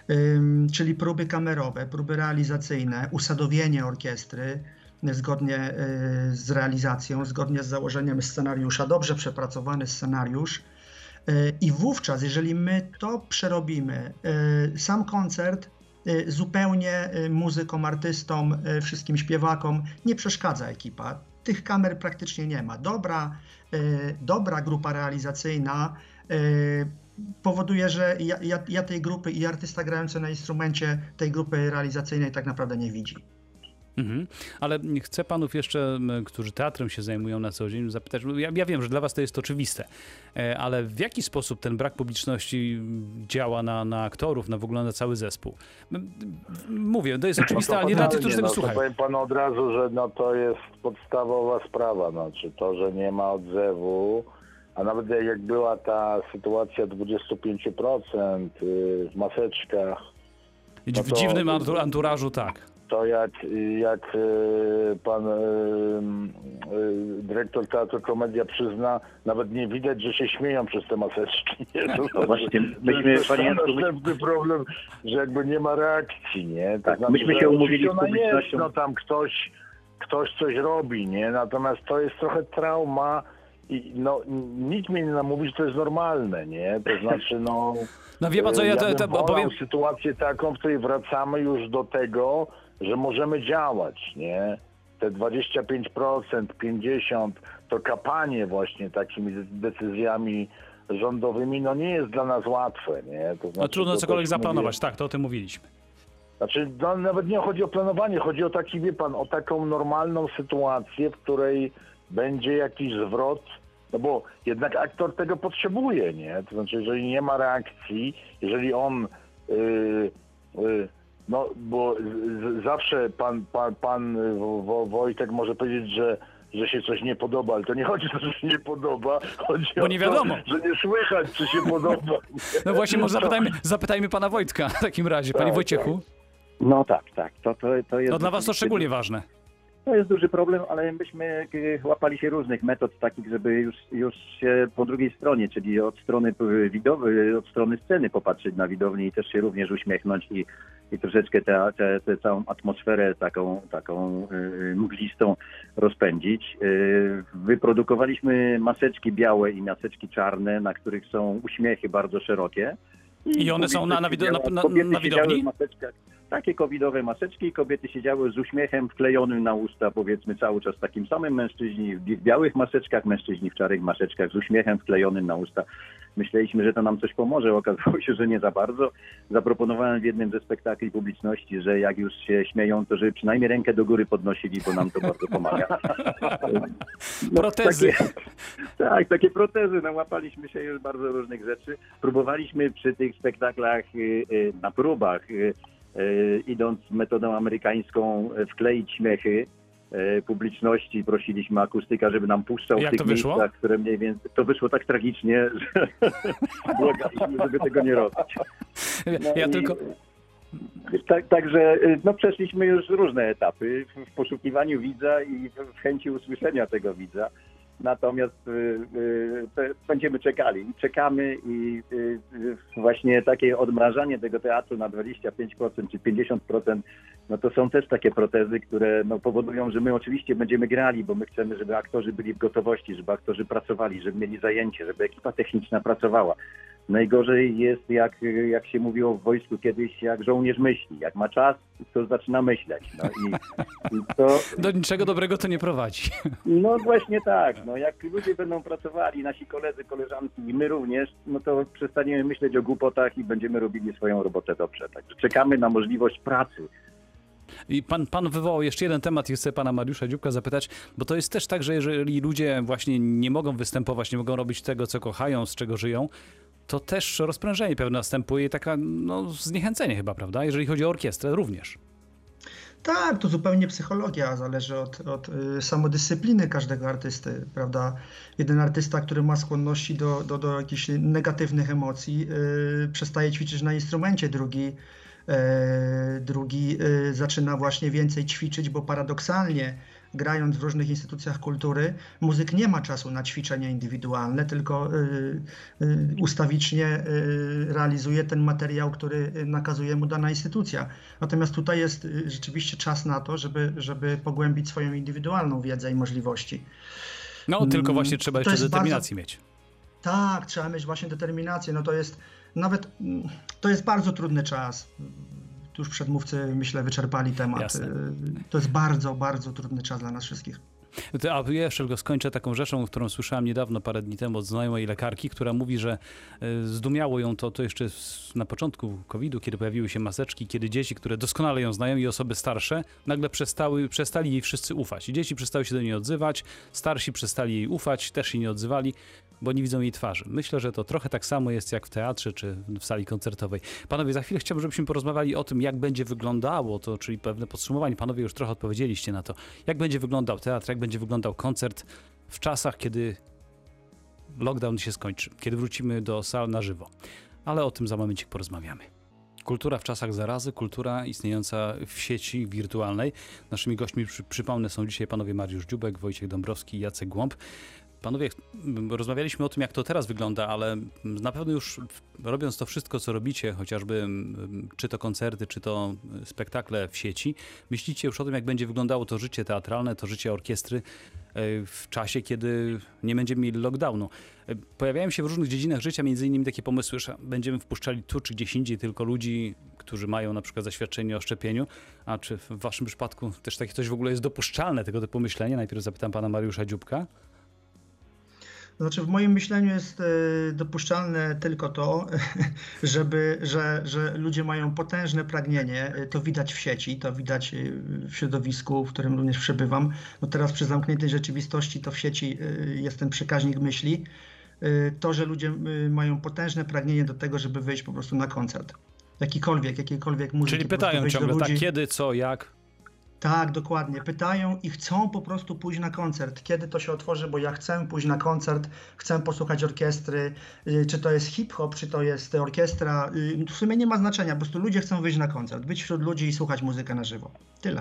D: Ym, czyli próby kamerowe, próby realizacyjne, usadowienie orkiestry zgodnie y, z realizacją, zgodnie z założeniem scenariusza, dobrze przepracowany scenariusz. Y, I wówczas, jeżeli my to przerobimy, y, sam koncert y, zupełnie y, muzykom, artystom, y, wszystkim śpiewakom nie przeszkadza ekipa. Tych kamer praktycznie nie ma. Dobra, y, dobra grupa realizacyjna y, powoduje, że ja, ja, ja tej grupy i artysta grający na instrumencie tej grupy realizacyjnej tak naprawdę nie widzi.
A: Mhm. Ale chcę panów jeszcze, m, którzy teatrem się zajmują na co dzień, zapytać, bo ja, ja wiem, że dla was to jest oczywiste, e, ale w jaki sposób ten brak publiczności działa na, na aktorów, na w ogóle na cały zespół? M, Mówię, to jest oczywiste,
B: No to
A: ale nie dla tych,
B: totalnie,
A: którzy tego
B: no, to
A: słuchają.
B: powiem panu od razu, że no to jest podstawowa sprawa, no, czy to, że nie ma odzewu, a nawet jak była ta sytuacja dwadzieścia pięć procent w maseczkach, no
A: W
B: to-
A: dziwnym antu- anturażu, tak.
B: to jak, jak e, pan e, e, dyrektor Teatru Komedia przyzna, nawet nie widać, że się śmieją przez te maseczki. Nie? To
C: No właśnie, myśmy,
B: to jest
C: panie Jacku, my-
B: następny problem, że jakby nie ma reakcji, nie? To
C: Tak, myśmy
B: że
C: się umówili
B: oczywiście
C: z
B: ona jest,
C: publicznością.
B: no tam ktoś, ktoś coś robi, nie? Natomiast to jest trochę trauma i no, nikt mnie nie namówi, że to jest normalne, nie? To znaczy, no...
A: No wie pan co, ja to,
B: bym
A: to
B: wolał
A: opowiem...
B: sytuację taką, w której wracamy już do tego, że możemy działać, nie? te dwadzieścia pięć procent, pięćdziesiąt procent, to kapanie właśnie takimi decyzjami rządowymi, no nie jest dla nas łatwe, nie? To znaczy,
A: No trudno
B: to
A: cokolwiek
B: też
A: zaplanować,
B: mówię-
A: tak, to o tym mówiliśmy.
B: Znaczy, no, nawet nie chodzi o planowanie, chodzi o taki, wie pan, o taką normalną sytuację, w której będzie jakiś zwrot, no bo jednak aktor tego potrzebuje, nie? To znaczy, jeżeli nie ma reakcji, jeżeli on, yy, yy, no bo z, z, zawsze pan, pan, pan Wo- Wojtek może powiedzieć, że że się coś nie podoba, ale to nie chodzi o to, że się nie podoba, chodzi
A: Bo
B: o
A: nie wiadomo.
B: to, że nie słychać, czy się podoba.
A: No właśnie, może zapytajmy, zapytajmy pana Wojtka w takim razie. Panie
B: Tak,
A: Wojciechu,
C: No tak, tak. To, to, to jest
A: no dla was to
C: rzeczywiście-
A: szczególnie ważne.
C: To jest duży problem, ale myśmy e, łapali się różnych metod takich, żeby już, już się po drugiej stronie, czyli od strony p- widowej, od strony sceny popatrzeć na widownię i też się również uśmiechnąć i, i troszeczkę tę te, te całą atmosferę taką, taką e, mglistą rozpędzić. E, wyprodukowaliśmy maseczki białe i maseczki czarne, na których są uśmiechy bardzo szerokie.
A: I one są na- na wido- na- na-
C: Kobiety
A: na
C: siedziały
A: widowni?
C: w maseczkach. Takie covidowe maseczki, kobiety siedziały z uśmiechem wklejonym na usta, powiedzmy cały czas takim samym, mężczyźni w białych maseczkach, mężczyźni w szarych maseczkach z uśmiechem wklejonym na usta. Myśleliśmy, że to nam coś pomoże, okazało się, że nie za bardzo. Zaproponowałem w jednym ze spektakli publiczności, że jak już się śmieją, to żeby przynajmniej rękę do góry podnosili, bo nam to bardzo pomaga. No,
A: Protezy.
C: Takie, tak, takie protezy. No, łapaliśmy się już bardzo różnych rzeczy. Próbowaliśmy przy tych spektaklach y, y, na próbach, y, y, idąc metodą amerykańską, y, wkleić śmiechy y, publiczności. Prosiliśmy akustyka, żeby nam puszczał
A: Jak
C: w tych
A: to wyszło?
C: miejscach, które mniej więcej... To wyszło tak tragicznie, że błagaliśmy, żeby tego nie robić. No
A: Ja
C: i-
A: tylko...
C: Tak, także y, no, przeszliśmy już różne etapy w, w poszukiwaniu widza i w, w chęci usłyszenia tego widza. Natomiast y, y, te, będziemy czekali. I czekamy i y, y, właśnie takie odmrażanie tego teatru na dwadzieścia pięć procent czy pięćdziesiąt procent, no to są też takie protezy, które no, powodują, że my oczywiście będziemy grali, bo my chcemy, żeby aktorzy byli w gotowości, żeby aktorzy pracowali, żeby mieli zajęcie, żeby ekipa techniczna pracowała. Najgorzej jest, jak, jak się mówiło w wojsku kiedyś, jak żołnierz myśli. Jak ma czas, to zaczyna myśleć. No, i, i to,
A: Do niczego dobrego to nie prowadzi.
C: no właśnie tak. No, jak ludzie będą pracowali, nasi koledzy, koleżanki i my również, no to przestaniemy myśleć o głupotach i będziemy robili swoją robotę dobrze. Także czekamy na możliwość pracy.
A: I pan, pan wywołał jeszcze jeden temat i chcę pana Mariusza Dziubka zapytać, bo to jest też tak, że jeżeli ludzie właśnie nie mogą występować, nie mogą robić tego, co kochają, z czego żyją, to też rozprężenie pewne następuje i taka, no, zniechęcenie chyba, prawda? Jeżeli chodzi o orkiestrę również.
D: Tak, to zupełnie psychologia, zależy od, od y, samodyscypliny każdego artysty, prawda? Jeden artysta, który ma skłonności do, do, do jakichś negatywnych emocji, y, przestaje ćwiczyć na instrumencie, drugi, y, drugi y, zaczyna właśnie więcej ćwiczyć, bo paradoksalnie, grając w różnych instytucjach kultury, muzyk nie ma czasu na ćwiczenia indywidualne, tylko y, y, ustawicznie y, realizuje ten materiał, który nakazuje mu dana instytucja. Natomiast tutaj jest y, rzeczywiście czas na to, żeby, żeby pogłębić swoją indywidualną wiedzę i możliwości.
A: No, tylko właśnie trzeba
D: To
A: jeszcze
D: jest
A: determinacji mieć.
D: Tak, trzeba mieć właśnie determinację. No to jest nawet, mm, to jest bardzo trudny czas. Tu już przedmówcy, myślę, wyczerpali temat.
A: Jasne.
D: Y, To jest bardzo, bardzo trudny czas dla nas wszystkich.
A: To, a jeszcze go skończę taką rzeczą, którą słyszałem niedawno, parę dni temu od znajomej lekarki, która mówi, że y, zdumiało ją to, to jeszcze z- na początku kowida, kiedy pojawiły się maseczki, kiedy dzieci, które doskonale ją znają i osoby starsze, nagle przestały, przestali jej wszyscy ufać. I dzieci przestały się do niej odzywać, starsi przestali jej ufać, też się nie odzywali, bo nie widzą jej twarzy. Myślę, że to trochę tak samo jest jak w teatrze czy w sali koncertowej. Panowie, za chwilę chciałbym, żebyśmy porozmawiali o tym, jak będzie wyglądało to, czyli pewne podsumowanie. Panowie już trochę odpowiedzieliście na to, jak będzie wyglądał teatr, jak będzie wyglądał koncert w czasach, kiedy lockdown się skończy, kiedy wrócimy do sal na żywo. Ale o tym za momencik porozmawiamy. Kultura w czasach zarazy, kultura istniejąca w sieci wirtualnej. Naszymi gośćmi, przy, przypomnę, są dzisiaj panowie Mariusz Dziubek, Wojciech Dąbrowski i Jacek Głąb. Panowie, rozmawialiśmy o tym, jak to teraz wygląda, ale na pewno już robiąc to wszystko, co robicie, chociażby czy to koncerty, czy to spektakle w sieci, myślicie już o tym, jak będzie wyglądało to życie teatralne, to życie orkiestry w czasie, kiedy nie będziemy mieli lockdownu. Pojawiają się w różnych dziedzinach życia między innymi takie pomysły, że będziemy wpuszczali tu czy gdzieś indziej tylko ludzi, którzy mają na przykład zaświadczenie o szczepieniu. A czy w waszym przypadku też takie coś w ogóle jest dopuszczalne, tego typu myślenie? Najpierw zapytam pana Mariusza Dziubka.
D: Znaczy w moim myśleniu jest dopuszczalne tylko to, żeby, że, że ludzie mają potężne pragnienie, to widać w sieci, to widać w środowisku, w którym również przebywam. No teraz przy zamkniętej rzeczywistości to w sieci jest ten przekaźnik myśli. To, że ludzie mają potężne pragnienie do tego, żeby wyjść po prostu na koncert. Jakikolwiek, jakiejkolwiek muzyki.
A: Czyli pytają ciągle, tak, kiedy, co, jak?
D: Tak, dokładnie. Pytają i chcą po prostu pójść na koncert. Kiedy to się otworzy, bo ja chcę pójść na koncert, chcę posłuchać orkiestry, czy to jest hip-hop, czy to jest orkiestra. W sumie nie ma znaczenia, po prostu ludzie chcą wyjść na koncert, być wśród ludzi i słuchać muzykę na żywo. Tyle.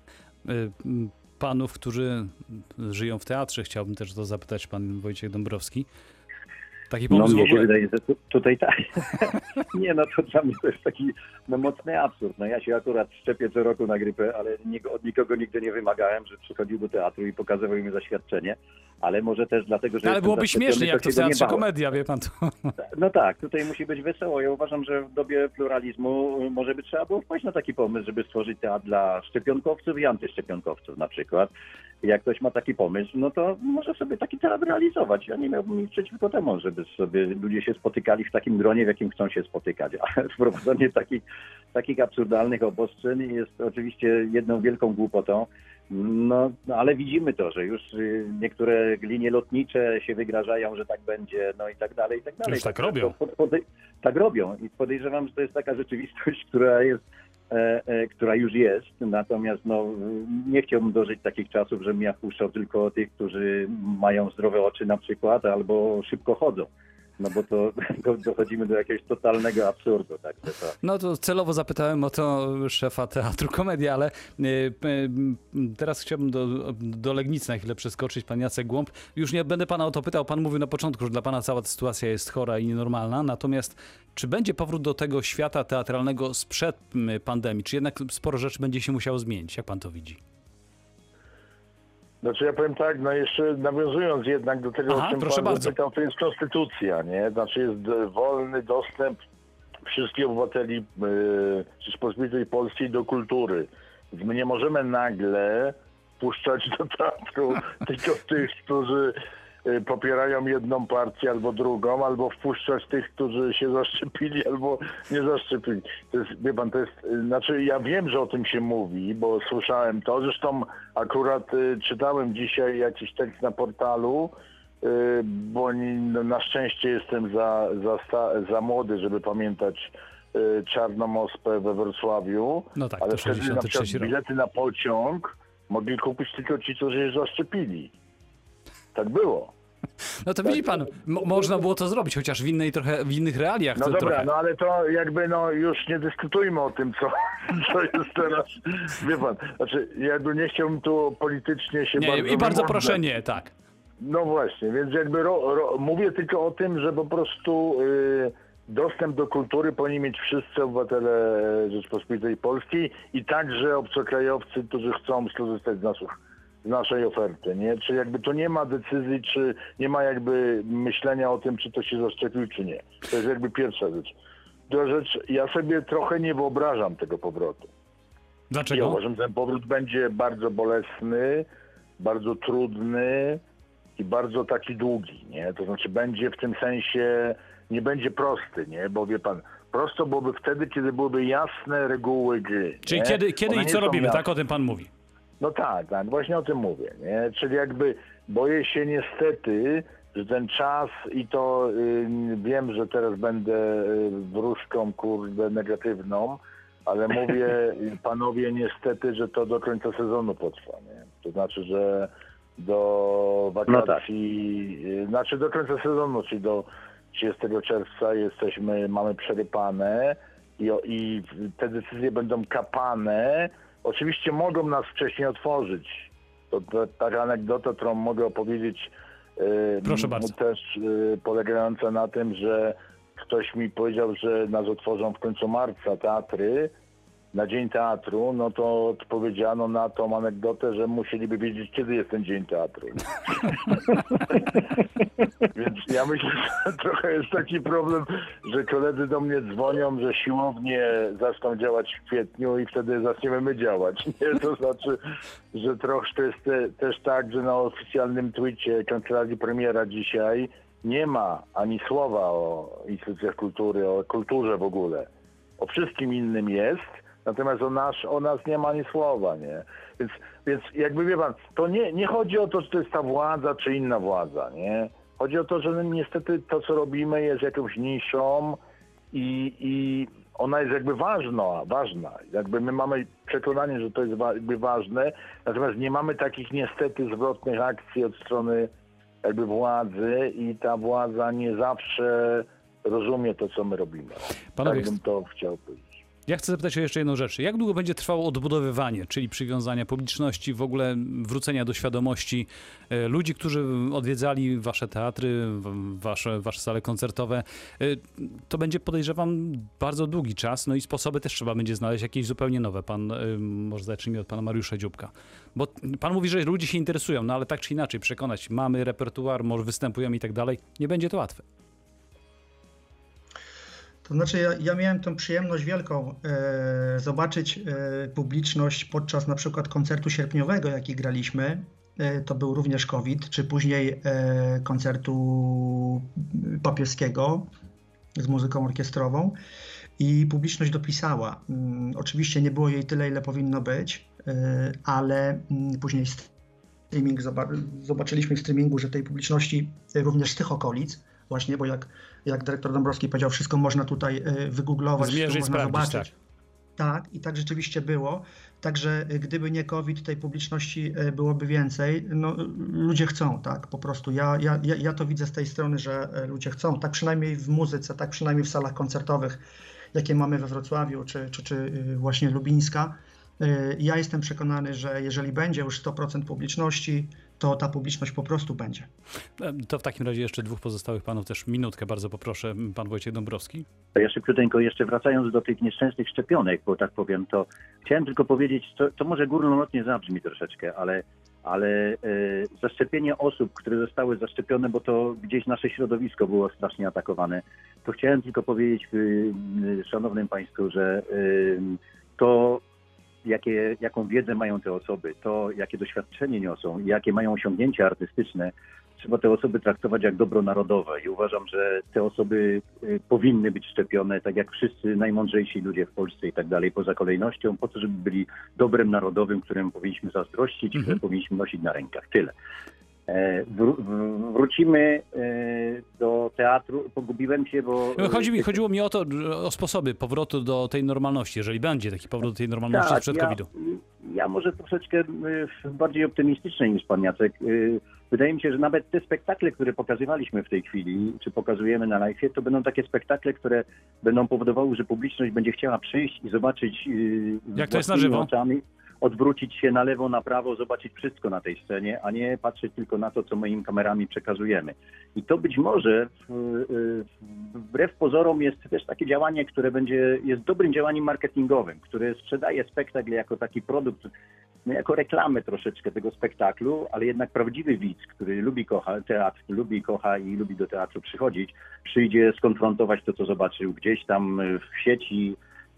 A: Panów, którzy żyją w teatrze, chciałbym też to zapytać, pan Wojciech Dąbrowski. Taki pomysł
C: no mnie
A: w ogóle...
C: się wydaje, że tu, tutaj tak. Nie, no to dla mnie to jest taki no, mocny absurd. No ja się akurat szczepię co roku na grypę, ale nig- od nikogo nigdy nie wymagałem, że przychodził do teatru i pokazywał mi zaświadczenie. Ale może też dlatego, że...
A: Ale byłoby śmiesznie, jak to w teatrze komedia, wie pan to.
C: No tak, tutaj musi być wesoło. Ja uważam, że w dobie pluralizmu może by trzeba było wpaść na taki pomysł, żeby stworzyć teatr dla szczepionkowców i antyszczepionkowców na przykład. Jak ktoś ma taki pomysł, no to może sobie taki teatr realizować. Ja nie miałbym nic przeciwko temu, żeby sobie ludzie się spotykali w takim gronie, w jakim chcą się spotykać. Ale wprowadzenie takich, takich absurdalnych obostrzeń jest oczywiście jedną wielką głupotą. No, no, ale widzimy to, że już niektóre linie lotnicze się wygrażają, że tak będzie, no i tak dalej, i tak dalej.
A: Już tak robią.
C: Pod, pod, tak robią i podejrzewam, że to jest taka rzeczywistość, która jest, e, e, która już jest, natomiast no, nie chciałbym dożyć takich czasów, żebym ja wpuszczał tylko tych, którzy mają zdrowe oczy na przykład, albo szybko chodzą. No bo to, to dochodzimy do jakiegoś totalnego absurdu. Tak, to...
A: No to celowo zapytałem o to szefa Teatru Komedia, ale y, y, teraz chciałbym do, do Legnicy na chwilę przeskoczyć. Pan Jacek Głąb. Już nie będę pana o to pytał. Pan mówił na początku, że dla pana cała ta sytuacja jest chora i nienormalna. Natomiast czy będzie powrót do tego świata teatralnego sprzed pandemii? Czy jednak sporo rzeczy będzie się musiało zmienić? Jak pan to widzi?
B: Znaczy ja powiem tak, no jeszcze nawiązując jednak do tego,
A: Aha,
B: o czym
A: proszę
B: pan
A: bardzo.
B: zapytał, to jest konstytucja, nie? Znaczy jest wolny dostęp wszystkich obywateli yy, Rzeczypospolitej Polskiej do kultury. Więc my nie możemy nagle puszczać do teatru tylko tych, którzy yy, popierają jedną partię albo drugą, albo wpuszczać tych, którzy się zaszczepili albo nie zaszczepili. To jest, wie pan, to jest, yy, znaczy ja wiem, że o tym się mówi, bo słyszałem to. Zresztą akurat yy, czytałem dzisiaj jakiś tekst na portalu, bo na szczęście jestem za, za, sta, za młody, żeby pamiętać Czarną Ospę we Wrocławiu,
A: No tak,
B: ale
A: to
B: wtedy na
A: sześćdziesiąty trzeci
B: przykład
A: rok.
B: bilety na pociąg mogli kupić tylko ci, którzy się zaszczepili. Tak było.
A: No to widzi pan, mo- można było to zrobić, chociaż w innej trochę, w innych realiach.
B: No
A: to
B: dobra,
A: trochę.
B: no ale to jakby no już nie dyskutujmy o tym, co, co jest teraz. Wie pan, znaczy jakby nie chciałbym tu politycznie się
A: Nie,
B: bardzo
A: i bardzo
B: wymądrzać.
A: proszę nie, tak.
B: No właśnie, więc jakby ro, ro, mówię tylko o tym, że po prostu y, dostęp do kultury powinni mieć wszyscy obywatele Rzeczypospolitej Polskiej i także obcokrajowcy, którzy chcą skorzystać z, naszych, z naszej oferty, nie? Czy jakby to nie ma decyzji, czy nie ma jakby myślenia o tym, czy to się zaszczepił, czy nie. To jest jakby pierwsza rzecz. Druga rzecz, ja sobie trochę nie wyobrażam tego powrotu. Ja
A: Dlaczego?
B: uważam, że ten powrót będzie bardzo bolesny, bardzo trudny i bardzo taki długi, nie? To znaczy będzie w tym sensie, nie będzie prosty, nie? Bo wie pan, prosto byłoby wtedy, kiedy byłyby jasne reguły gry.
A: Czyli
B: nie?
A: kiedy, kiedy
B: One
A: i
B: nie
A: co
B: są
A: robimy,
B: jasne.
A: tak o tym pan mówi.
B: No tak, tak, właśnie o tym mówię, nie? Czyli jakby boję się niestety, że ten czas i to y, wiem, że teraz będę y, wróżką, kurde, negatywną, ale mówię, panowie, niestety, że to do końca sezonu potrwa, nie? To znaczy, że do wakacji,
C: No tak.
B: znaczy do końca sezonu, czyli do trzydziestego czerwca jesteśmy, mamy przerypane i, i te decyzje będą kapane. Oczywiście mogą nas wcześniej otworzyć. To, to taka anegdota, którą mogę opowiedzieć
A: Proszę bardzo.
B: Też polegająca na tym, że ktoś mi powiedział, że nas otworzą w końcu marca teatry, na Dzień Teatru, no to odpowiedziano na tą anegdotę, że musieliby wiedzieć, kiedy jest ten Dzień Teatru. Więc ja myślę, że trochę jest taki problem, że koledzy do mnie dzwonią, że siłownie zaczną działać w kwietniu i wtedy zaczniemy my działać. Nie? To znaczy, że trochę to jest te, też tak, że na oficjalnym tweetie Kancelarii Premiera dzisiaj nie ma ani słowa o instytucjach kultury, o kulturze w ogóle. O wszystkim innym jest, natomiast o nas, o nas nie ma ani słowa, nie? Więc, więc jakby wie pan, to nie, nie chodzi o to, czy to jest ta władza, czy inna władza, nie? Chodzi o to, że no, niestety to, co robimy, jest jakąś niszą i, i ona jest jakby ważna, ważna. Jakby my mamy przekonanie, że to jest wa- jakby ważne, natomiast nie mamy takich niestety zwrotnych akcji od strony jakby władzy i ta władza nie zawsze rozumie to, co my robimy.
A: Panowie,
B: tak bym to chciał powiedzieć.
A: ja chcę zapytać o jeszcze jedną rzecz. Jak długo będzie trwało odbudowywanie, czyli przywiązania publiczności, w ogóle wrócenia do świadomości e, ludzi, którzy odwiedzali wasze teatry, w- wasze, wasze sale koncertowe? E, To będzie, podejrzewam, bardzo długi czas, no i sposoby też trzeba będzie znaleźć jakieś zupełnie nowe. Pan, e, może zacznijmy od pana Mariusza Dzióbka. Bo pan mówi, że ludzie się interesują, no ale tak czy inaczej przekonać, mamy repertuar, może występujemy i tak dalej, nie będzie to łatwe.
D: To znaczy, ja, ja miałem tą przyjemność wielką e, zobaczyć e, publiczność podczas na przykład koncertu sierpniowego, jaki graliśmy. E, to był również COVID, czy później e, koncertu papieskiego z muzyką orkiestrową. I publiczność dopisała. Mm, oczywiście nie było jej tyle, ile powinno być, e, ale mm, później streaming, zobaczyliśmy w streamingu, że tej publiczności również z tych okolic, właśnie, bo jak, jak dyrektor Dąbrowski powiedział, wszystko można tutaj y, wygooglować,
A: Zmierzyć,
D: wszystko można
A: sprawdzić,
D: zobaczyć. Tak. tak, i tak rzeczywiście było. Także y, gdyby nie COVID, tej publiczności y, byłoby więcej. No, ludzie chcą, tak, po prostu. Ja, ja, ja ja to widzę z tej strony, że y, ludzie chcą, tak przynajmniej w muzyce, tak przynajmniej w salach koncertowych, jakie mamy we Wrocławiu, czy, czy, czy y, właśnie Lubińska. Y, Ja jestem przekonany, że jeżeli będzie już sto procent publiczności, to ta publiczność po prostu będzie.
A: To w takim razie jeszcze dwóch pozostałych panów też minutkę bardzo poproszę. Pan Wojciech Dąbrowski.
C: To ja szybciuteńko jeszcze wracając do tych nieszczęsnych szczepionek, bo tak powiem, to chciałem tylko powiedzieć, to, to może górnolotnie zabrzmi troszeczkę, ale, ale e, zaszczepienie osób, które zostały zaszczepione, bo to gdzieś nasze środowisko było strasznie atakowane, to chciałem tylko powiedzieć y, y, szanownym państwu, że y, to Jakie, jaką wiedzę mają te osoby, to jakie doświadczenie niosą i jakie mają osiągnięcia artystyczne, trzeba te osoby traktować jak dobro narodowe i uważam, że te osoby y, powinny być szczepione, tak jak wszyscy najmądrzejsi ludzie w Polsce i tak dalej, poza kolejnością, po to, żeby byli dobrem narodowym, którym powinniśmy zazdrościć,
A: Mhm.
C: które powinniśmy nosić na rękach. Tyle. E, wró- w- wrócimy e, do teatru. Pogubiłem się, bo...
A: Chodzi mi, chodziło mi o to, o sposoby powrotu do tej normalności, jeżeli będzie taki powrót do tej normalności
C: Tak,
A: sprzed
C: ja,
A: kowida.
C: ja może troszeczkę y, bardziej optymistyczny niż pan Jacek. Y, Wydaje mi się, że nawet te spektakle, które pokazywaliśmy w tej chwili, czy pokazujemy na live, to będą takie spektakle, które będą powodowały, że publiczność będzie chciała przyjść i zobaczyć y,
A: Jak to jest na
C: własnymi
A: żywo?
C: oczami, odwrócić się na lewo, na prawo, zobaczyć wszystko na tej scenie, a nie patrzeć tylko na to, co my im kamerami przekazujemy. I to być może w, y, wbrew pozorom jest też takie działanie, które będzie, jest dobrym działaniem marketingowym, które sprzedaje spektakl jako taki produkt, no jako reklamę troszeczkę tego spektaklu, ale jednak prawdziwy widz, który lubi kocha teatr, lubi, kocha i lubi do teatru przychodzić, przyjdzie skonfrontować to, co zobaczył gdzieś tam w sieci,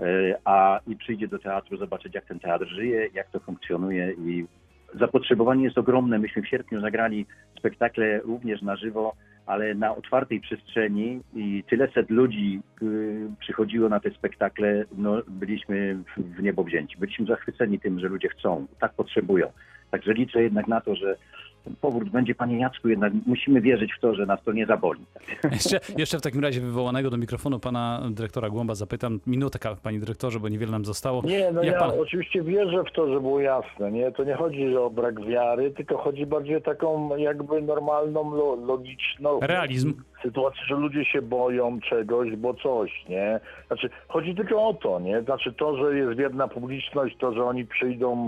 C: a i przyjdzie do teatru zobaczyć, jak ten teatr żyje, jak to funkcjonuje i zapotrzebowanie jest ogromne. Myśmy w sierpniu zagrali spektakle również na żywo, ale na otwartej przestrzeni i tyle set ludzi y, przychodziło na te spektakle, no byliśmy w, w niebo wzięci. Byliśmy zachwyceni tym, że ludzie chcą, tak potrzebują. Także liczę jednak na to, że ten powrót będzie, panie Jacku, jednak musimy wierzyć w to, że nas to nie zaboli.
A: Jeszcze, jeszcze w takim razie wywołanego do mikrofonu pana dyrektora Głąba zapytam, minutka, panie dyrektorze, bo niewiele nam zostało.
B: Nie, no
A: Jak
B: ja
A: pan...
B: oczywiście wierzę w to, że było jasne, nie? To nie chodzi o brak wiary, tylko chodzi bardziej o taką jakby normalną, lo, logiczną
A: Realizm.
B: sytuację, że ludzie się boją czegoś, bo coś, nie? Znaczy, chodzi tylko o to, nie? Znaczy to, że jest wierna publiczność, to, że oni przyjdą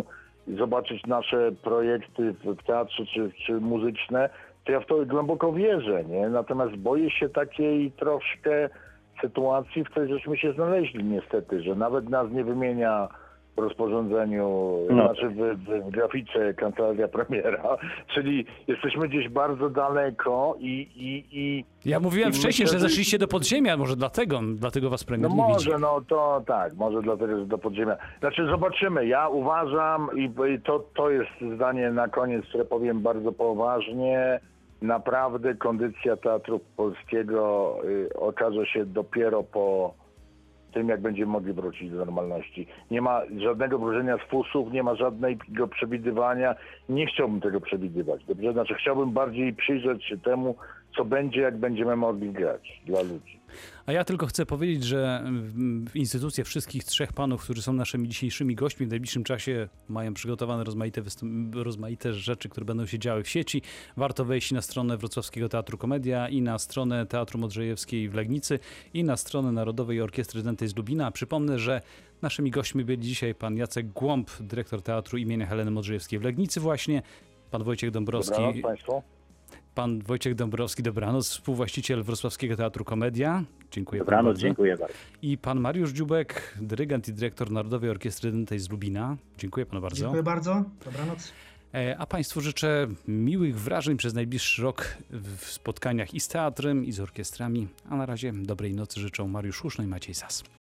B: zobaczyć nasze projekty w, w teatrze czy, czy muzyczne, to ja w to głęboko wierzę, nie? Natomiast boję się takiej troszkę sytuacji, w której żeśmy się znaleźli niestety, że nawet nas nie wymienia w rozporządzeniu,
C: No.
B: znaczy w, w, w grafice kancelaria premiera, czyli jesteśmy gdzieś bardzo daleko i... i, i
A: Ja mówiłem
B: I
A: wcześniej,
B: myślę,
A: że
B: że-
A: zeszliście do podziemia, może dlatego, dlatego was premier
B: No
A: nie widzi.
B: może, no to tak, może dlatego, że do podziemia. Znaczy zobaczymy, ja uważam i i to, to jest zdanie na koniec, które powiem bardzo poważnie, naprawdę kondycja Teatru Polskiego y, okaże się dopiero po tym, jak będziemy mogli wrócić do normalności. Nie ma żadnego wróżenia z fusów, nie ma żadnego przewidywania. Nie chciałbym tego przewidywać. Dobrze? Znaczy chciałbym bardziej przyjrzeć się temu, co będzie, jak będziemy mogli grać dla ludzi.
A: A ja tylko chcę powiedzieć, że w- w instytucje wszystkich trzech panów, którzy są naszymi dzisiejszymi gośćmi, w najbliższym czasie mają przygotowane rozmaite, wystąp- rozmaite rzeczy, które będą się działy w sieci. Warto wejść na stronę Wrocławskiego Teatru Komedia i na stronę Teatru Modrzejewskiej w Legnicy i na stronę Narodowej Orkiestry Dętej z Lubina. Przypomnę, że naszymi gośćmi byli dzisiaj pan Jacek Głąb, dyrektor Teatru imienia Heleny Modrzejewskiej w Legnicy właśnie, pan Wojciech Dąbrowski,
B: Dobranoc Państwu.
A: pan Wojciech Dąbrowski, dobranoc, współwłaściciel Wrocławskiego Teatru Komedia. Dziękuję panu
C: Dobranoc,
A: bardzo.
C: dziękuję bardzo.
A: I pan Mariusz Dziubek, dyrygent i dyrektor Narodowej Orkiestry Dętej z Lubina. Dziękuję panu bardzo.
D: Dziękuję bardzo. Dobranoc.
A: E, A państwu życzę miłych wrażeń przez najbliższy rok w spotkaniach i z teatrem, i z orkiestrami. A na razie dobrej nocy życzą Mariusz Huszno i Maciej Sas.